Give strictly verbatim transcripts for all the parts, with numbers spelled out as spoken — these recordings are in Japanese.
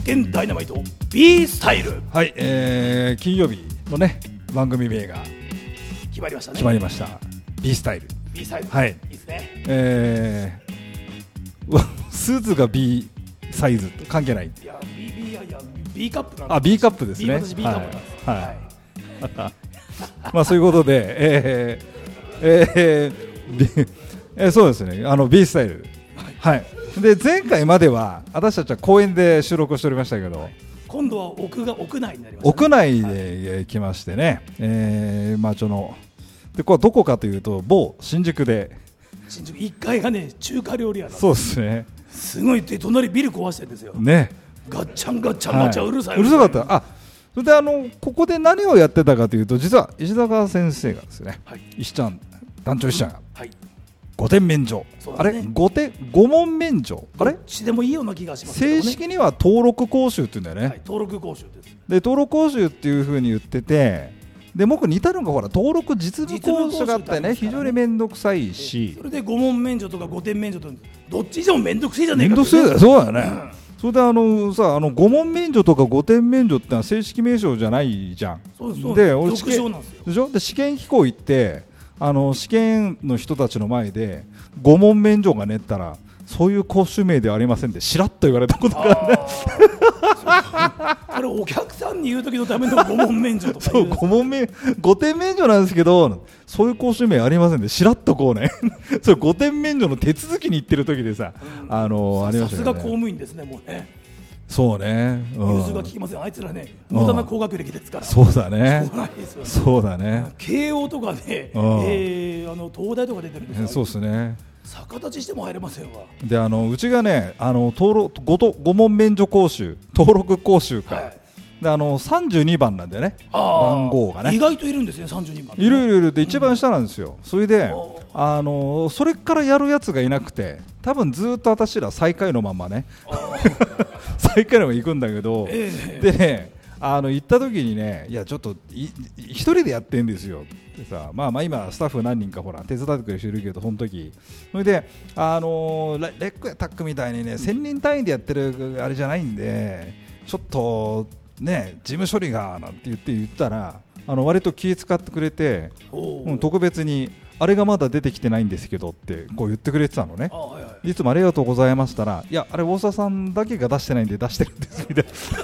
験ダイナマイト B スタイル。 はい、えー、金曜日のね番組名が決まりましたね。 決まりました。 B スタイル。 B スタイル、 はい、 いいですね。 えー、スーツが B サイズと関係ない。 いや B, B いやいや B カップなんです。 あ B カップですね。 私 B カップなんです。 はい、はいはいまあそういうことで、えーえー、B えー、そうですね、あの B スタイル、はい、はい、で前回までは私たちは公園で収録をしておりましたけど、はい、 今度は屋が屋内になりましたね。 屋内で来ましてね、はい、えー、まあちょのでこれはどこかというと某新宿で、 新宿いっかいがね中華料理屋なんです。 そうですね、 すごいって隣ビル壊してるんですよね、 ガッチャンガッチャンガッチャン、はい、うるさい、 うるさかった。あそれであのここで何をやってたかというと、実は石坂先生がですね、はい、石ちゃん団長石ちゃんが、はい、ごてん免除、ね、あれ 5, 点ご問免除、あれどっちでもいいような気がしますけどね。 正式には登録講習って言うんだよね、はい、 登録講習です。 で登録講習っていう風に言ってて、で僕似たのがほら登録実務講習があってね、非常に面倒くさいし、 それでご問免除とかごてん免除とどっち以上面倒くせえじゃねえか、 面倒くせえだよ、そうだね、うん、それであのさあのご問免除とかごてん免除ってのは正式名称じゃないじゃん。 そうそうで俺試験属賞なんですよ。 でしょ。で試験機構行ってあの試験の人たちの前でご問免除がねったら、そういう講習名ではありませんでしらっと言われたことがあるね。 これお客さんに言う時のためのご問免除とかそうご問免ごてん免除なんですけど、そういう講習名ありませんでしらっとこうねそれごてん免除の手続きに行ってる時でさ、うん、あのありましたよね。 さすが公務員ですね、もうね。 そうね、 融通が利きません。あいつらね無駄な高学歴ですから。 そうだね、 そうそうだね、 慶応とかね、えー、あの東大とか出てるんですよ。 そうですね、 逆立ちしても入れませんわ。 であのうちがねあの登録 5, 5問免除講習登録講習会、はい、であのさんじゅうにばんなんだよね、番号がね。 意外といるんですね、さんじゅうにばん。 いるいるいるで一番下なんですよ、うん、それであのそれからやるやつがいなくて、多分ずっと私ら最下位のままね最下位のまま行くんだけど、えー、でねあの行った時にね、いやちょっとい一人でやってんですよってさ、まあまあ今スタッフ何人かほら手伝ってくれる人いるけど、その時それであのレレックやタックみたいにねせんにん単位でやってるあれじゃないんで、ちょっとね事務処理がなんて言って言ったら、あの割と気遣ってくれて、うん、特別にあれがまだ出てきてないんですけどってこう言ってくれてたのね。はいはい、いつもありがとうございましたら、いやあれ大沢さんだけが出してないんで出してるんですみたい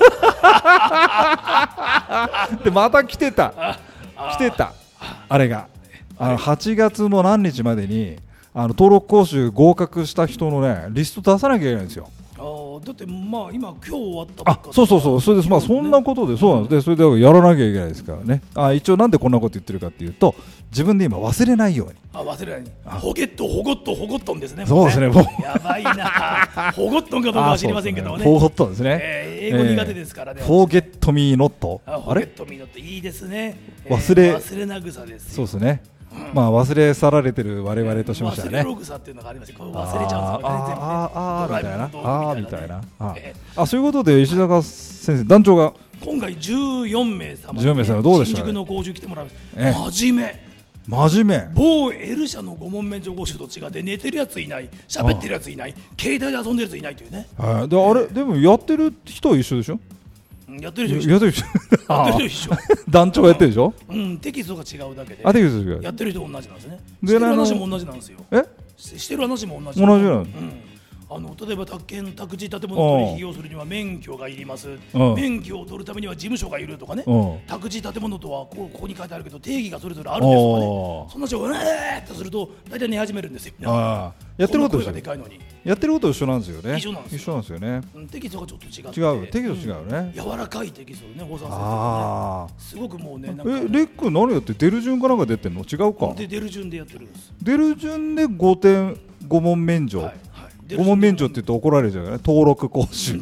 なでまた来てた来てたあれがあのはちがつの何日までにあの登録講習合格した人のねリスト出さなきゃいけないんですよ。 あだってまあ今今日終わったばっか。 あそうそうそう、それでまあそんなことで、そうなんです。でそれでやらなきゃいけないですからね。あ一応なんでこんなこと言ってるかっていうと、自分で今忘れないように。 あ忘れないように。ほげっとほごっとほごっとんですね。 そうですね。もうやばいな。ほごっとんかどうかは知りませんけどね。 ほごっとんですね。 えー、英語苦手ですからね。 フォーゲットミーノット。 あフォーゲットミーノットいいですね。 忘れ忘れなぐさです。 そうですね。まあ忘れ去られてる我々としましてはね、 忘れろぐさっていうのがありまして、忘れちゃうんですよね。 あああみたいな、ああみたいな、あそういうことで石坂先生団長が今回じゅうよんめい様じゅうよんめい様どうでしたか。 新宿の講習来てもらいます。真面目真面目。 某 L 社のご問免除講習と違って寝てるやついない、喋ってるやついない、携帯で遊んでるやついないというね。 はい。であれでもやってる人は一緒でしょ。 やってる人一緒。 やってる人やってる人一緒。 団長がやってるでしょ。 うん、テキストが違うだけで。 あ、テキスト違う。 やってる人同じなんですね。してる話も同じなんですよ。 え？ してる話も同じ。 同じなの。 うん。あの例えば宅建宅地建物取引をするには免許がいります。免許を取るためには事務所がいるとかね。宅地建物とはこうここに書いてあるけど定義がそれぞれあるんですとかね。そんな人がえーっとすると大体寝始めるんですよ。 ああ。やってることがでかいのに。 やってること一緒なんですよね。 一緒なんですよ。 一緒なんですよね。 テキストがちょっと違う。 違う。テキスト違うね。 柔らかいテキストね。大沢先生ね。すごくもうね。 え、レック何やって出る順かなんか出てんの？違うか。 で出る順でやってるんです。 出る順でごてんご問免除。ご問免除って言うと怒られちゃうからね。登録講習。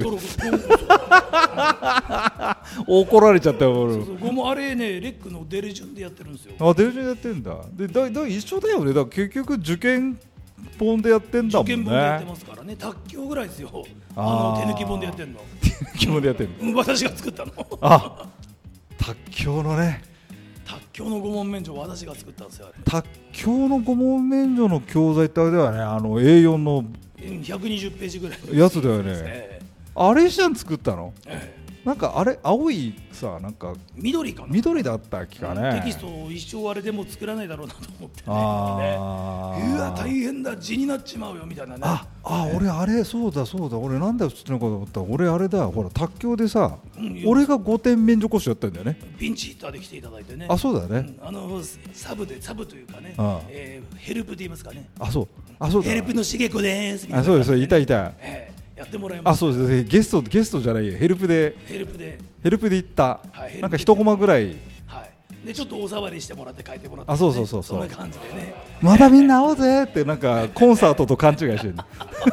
怒られちゃったよ。 そうそうごもあれねレックの出る順でやってるんですよ。 あ出る順でやってんだ。でだだ一緒だよね。だから結局受験本でやってんだもんね。 受験本でやってますからね。卓球ぐらいですよ。あの手抜き本でやってんの。 手抜き本でやってんの。 私が作ったの。 あ卓球のね。 卓球のご問免除を私が作ったんですよ。 卓球のご問免除の教材ってあれだよね。あの エーよん のひゃくにじゅうページぐらいやつだよね。 あれじゃん作ったの、 ええ、 なんかあれ青いさなんか緑かな、 緑だったっけかね、 テキストを一生あれでも作らないだろうなと思ってね、 あうわ大変だ字になっちまうよみたいなね。 ああ、俺あれそうだそうだ、俺なんで映ってるのかと思ったら、俺あれだ、ほら卓球でさ、うん、俺がごてん免除講師やったんだよね。 ピンチヒッターで来ていただいてね。 あ、そうだね、 うん、あのサブでサブというかね、 ああ、 えー、ヘルプで言いますかね。 あ、そうあ、そうだ、 ヘルプのしげこですみたいな、 あ、そうです、いたいた、 えー、やってもらいました。 あ、そうです、ゲストゲストじゃないよ、ヘルプでヘルプでヘルプで行った、 はい、 なんか一コマぐらい、 はい、でちょっとお触りしてもらって書いてもらって、ね、 あ、そうそうそうそう、 そんな感じでね、 まだみんな会おうぜってなんかコンサートと勘違いしてる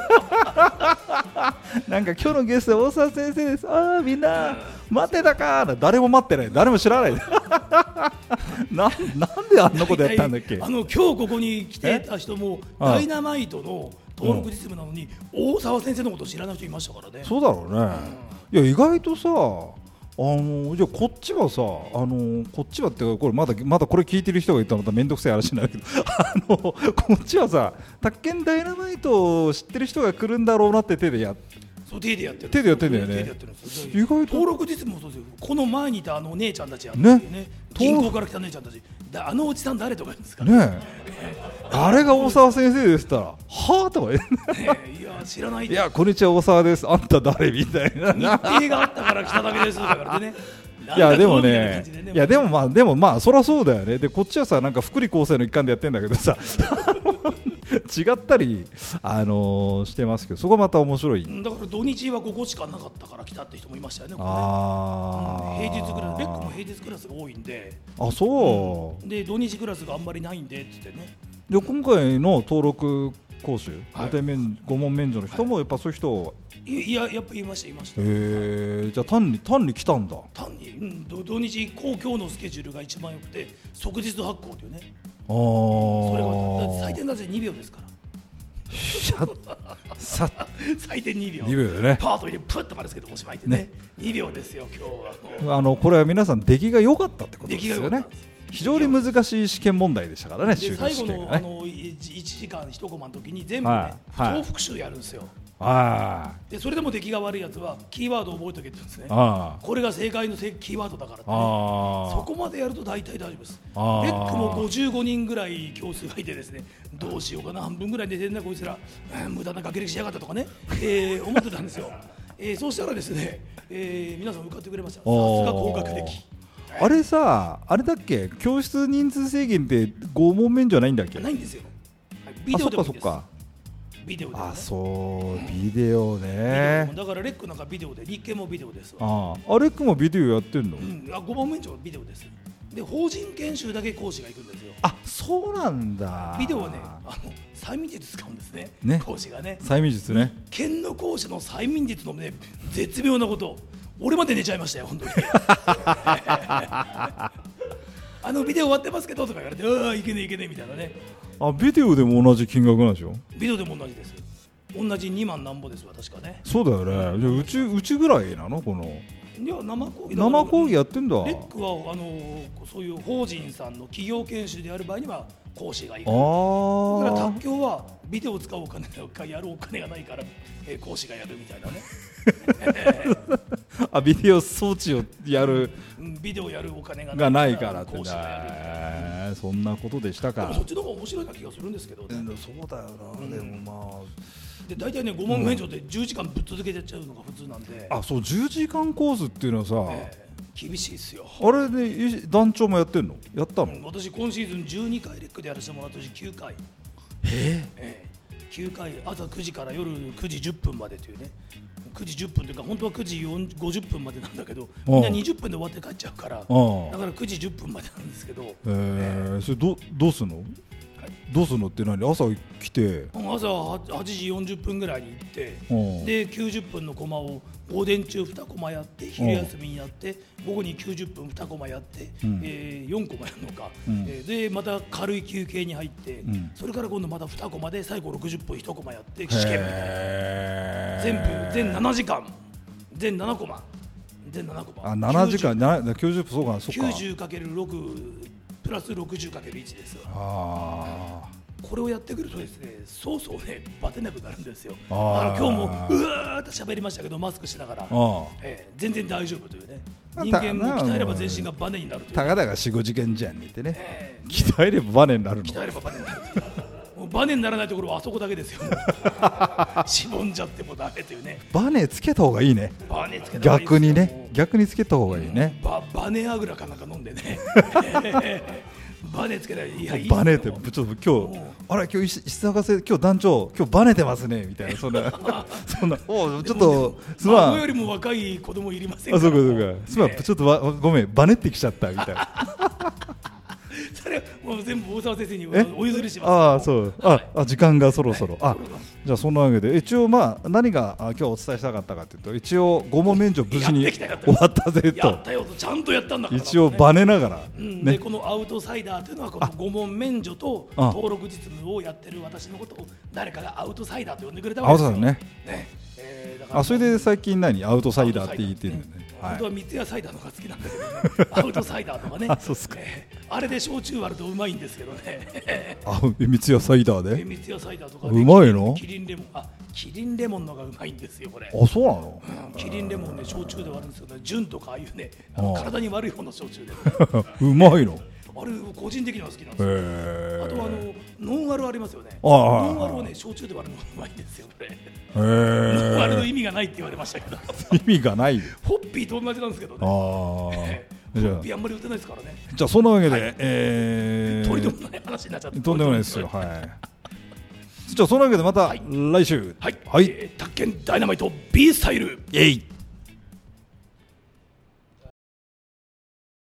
なんか今日のゲスト大沢先生です、ああみんな待ってたか、誰も待ってない、誰も知らないな, なんであんなことやったんだっけ。 あの今日ここに来てた人もダイナマイトの登録実務なのに、うん、大沢先生のことを知らない人いましたからね。 そうだろうね、うん、いや意外とさ、あのじゃあこっちはさ、あのこっちはってこれまだまだこれ聞いてる人がいたらまた面倒くさい話になるけどあのこっちはさ、宅建ダイナマイトを知ってる人が来るんだろうなって手でやっそう手でやってる手でやってんだよね。 意外と登録実務もそうですよ。この前にいたあの姉ちゃんたちやってるね、ね、銀行から来た姉ちゃんたち、あのおじさん誰とか言うんですかね。 あれが大沢先生ですったら、はぁとか言っていや知らない。 いやこんにちは大沢です、あんた誰みたいな。 日程があったから来ただけですだからね。 いやでもね、いやでもまあでもまあそりゃそうだよね。でこっちはさなんか福利厚生の一環でやってんだけどさ違ったり、あのー、してますけど、そこまた面白い。 だから土日はここしかなかったから来たって人もいましたよね。 あ、 うん、平日クラス、レックも平日クラスが多いんで。 あ、そう、 うん、で土日クラスがあんまりないんでって言ってね。 で今回の登録講習、 はい、 ご問免除の人もやっぱそういう人、はい、 いややっぱいましたいました。 へえ、じゃあ単に単に来たんだ。 単に、うん、土日公共のスケジュールが一番良くて即日発行というね。 ああ、 それが最低だぜにびょうですからさ最低にびょう、 にびょうでね、 パート入れプッとまですけどおしまいでね、ねにびょうですよ今日は。 あのこれは皆さん出来が良かったってことですよね。 出来が良かった。 非常に難しい試験問題でしたからね。 で最後の、 ね、 あのいちじかんいちコマの時に全部ね、はい、総復習やるんですよ。 あでそれでも出来が悪いやつはキーワードを覚えておけって言うんですね。 あ、 これが正解のキーワードだからって、ね、そこまでやると大体大丈夫です。レックもごじゅうごにんぐらい教室がいてですね、どうしようかな、半分ぐらい寝てんなこいつら、えー、無駄な学歴しやがったとかね、えー、思ってたんですよ。えー、そうしたらですね、えー、皆さん受かってくれました。さすが高学歴。 あれさ、あれだっけ、教室人数制限ってご問免除ないんだっけ。 ないんですよ。ビデオでもいいです。 あ、そっかそっか。 ビデオでもね、 あ、そう、ビデオね。 ビデオだからレックなんかビデオで、日経もビデオですわ。ああ、レックもビデオやってんの。 うん、あ、ご問免除はビデオです。で法人研修だけ講師が行くんですよ。 あ、そうなんだ。 ビデオはね、あの催眠術使うんですね。 ね、 講師がね。 催眠術ね。 県の講師の催眠術のね、絶妙なこと。俺まで寝ちゃいましたよ本当に。あのビデオ終わってますけどとか言われて、ああいけねえいけねえみたいなね。 あ、ビデオでも同じ金額なんでしょ。 ビデオでも同じです。同じにまんなんぼですわ確かね。 そうだよね。じゃあうちうちぐらいなのこの。 いや生講義生講義やってんだ。 レックはあのそういう法人さんの企業研修である場合には講師がいる。 ああ。 だから卓球はビデオを使うお金がやるお金がないから、えー、講師がやるみたいなね。 あ、ビデオ装置をやる、 うん、ビデオやるお金がないからって講師がやる。そんなことでしたか。 でもそっちの方が面白いな気がするんですけど、ね、 そうだよな、うん、でもまあで大体ねご問免除でじゅうじかんぶっ続けてやっちゃうのが普通なんで。 あ、そう、じゅうじかんコースっていうのはさ、 えー、厳しいですよ。 あれで団長もやってんの？やったの？ うん、私今シーズンじゅうにかいレックでやらせてもらったしきゅうかい。 えーえー、きゅうかい朝くじから夜くじじゅっぷんまでというね。くじじゅっぷんというか本当はくじごじゅっぷんまでなんだけど、みんなにじゅっぷんで終わって帰っちゃうから、だからくじじゅっぷんまでなんですけど。 えー、それどどうすんの？どうするのって何？朝来て朝はちじよんじゅっぷんぐらいに行って、できゅうじゅっぷんのコマを午前中にコマやって昼休みにやって午後にきゅうじゅっぷんにコマやって、うんえー、よんコマやるのか、うんえー、でまた軽い休憩に入って、うん、それから今度またにコマで最後ろくじゅっぷんいちコマやって試験みたいな全部全ななじかん全ななコマ全ななコマあななじかんきゅうじゅっぷんそうかそうかきゅうじゅうかけるろく プラス ろくじゅうかけるいち ですわ。 あこれをやってくるとですね、そうそうねバテなくなるんですよ。あの今日もうわーっと喋りましたけどマスクしながら、えー、全然大丈夫というね。人間も鍛えれば全身がバネになるという。 たかだかよん、ご次元じゃんねってね、えー、鍛えればバネになるの。 鍛えればバネになる。もうバネにならないところはあそこだけですよ。しぼんじゃってもダメというね。 バネつけた方がいいね。 バネつけた方がいい逆にね、逆につけた方がいいね。 バ, バネアグラかなんか飲んでね。バネつけたらいやいい。 バネってちょっと今日あれ今日石坂先生今日団長今日バネてますねみたいなそんなそんなおちょっとすまん。孫よりも若い子供いりませんから。 あそうかそうか。すまん、ちょっとわごめんバネってきちゃったみたいな。 それもう全部大沢先生にお譲りします。 ああそうあ、はい、あ時間がそろそろ、はい、あじゃあそんなわけで一応まあ何が今日お伝えしたかったかというと一応拷問免除無事に終わったぜと。 やったよとちゃんとやったんだから、ね、 一応バネながら、 うん、でこのアウトサイダーというのはこの拷問免除と登録実務をやってる私のことを誰かがアウトサイダーと呼んでくれたわけですよ。 アウトサイダーね。ねえー、だからあそれで最近何アウトサイダーって言ってるんだよね。 本当は三ツ矢サイダーのが好きなんだけど、ね、アウトサイダーとかね。 あ、そうっすか。 えー、あれで焼酎割るとうまいんですけどね。 あ、三ツ矢サイダーで。 三ツ矢サイダーとか。 うまいの？ キリンレモン、あ、キリンレモンのがうまいんですよこれ。 あ、そうなの？ うん、キリンレモンね焼酎で割るんですけどね、純とかああいうね、あの体に悪い方の焼酎で。 うまいの？ あれ個人的には好きなんですよ。あとあのノンアルありますよね。 あノンアルをね焼酎で割るのがうまいんですよこれ。ノンアルの意味がないって言われましたけど。 意味がない。 ホッピーと同じなんですけどね。 あホッピーあんまり売ってないですからね。 じゃあそんなわけで、 はい、 えー、 とんでもない話になっちゃって。 とんでもないですよ。はい。じゃあそんなわけでまた来週。 はい。はい。えー、宅建ダイナマイト B スタイル。 えい。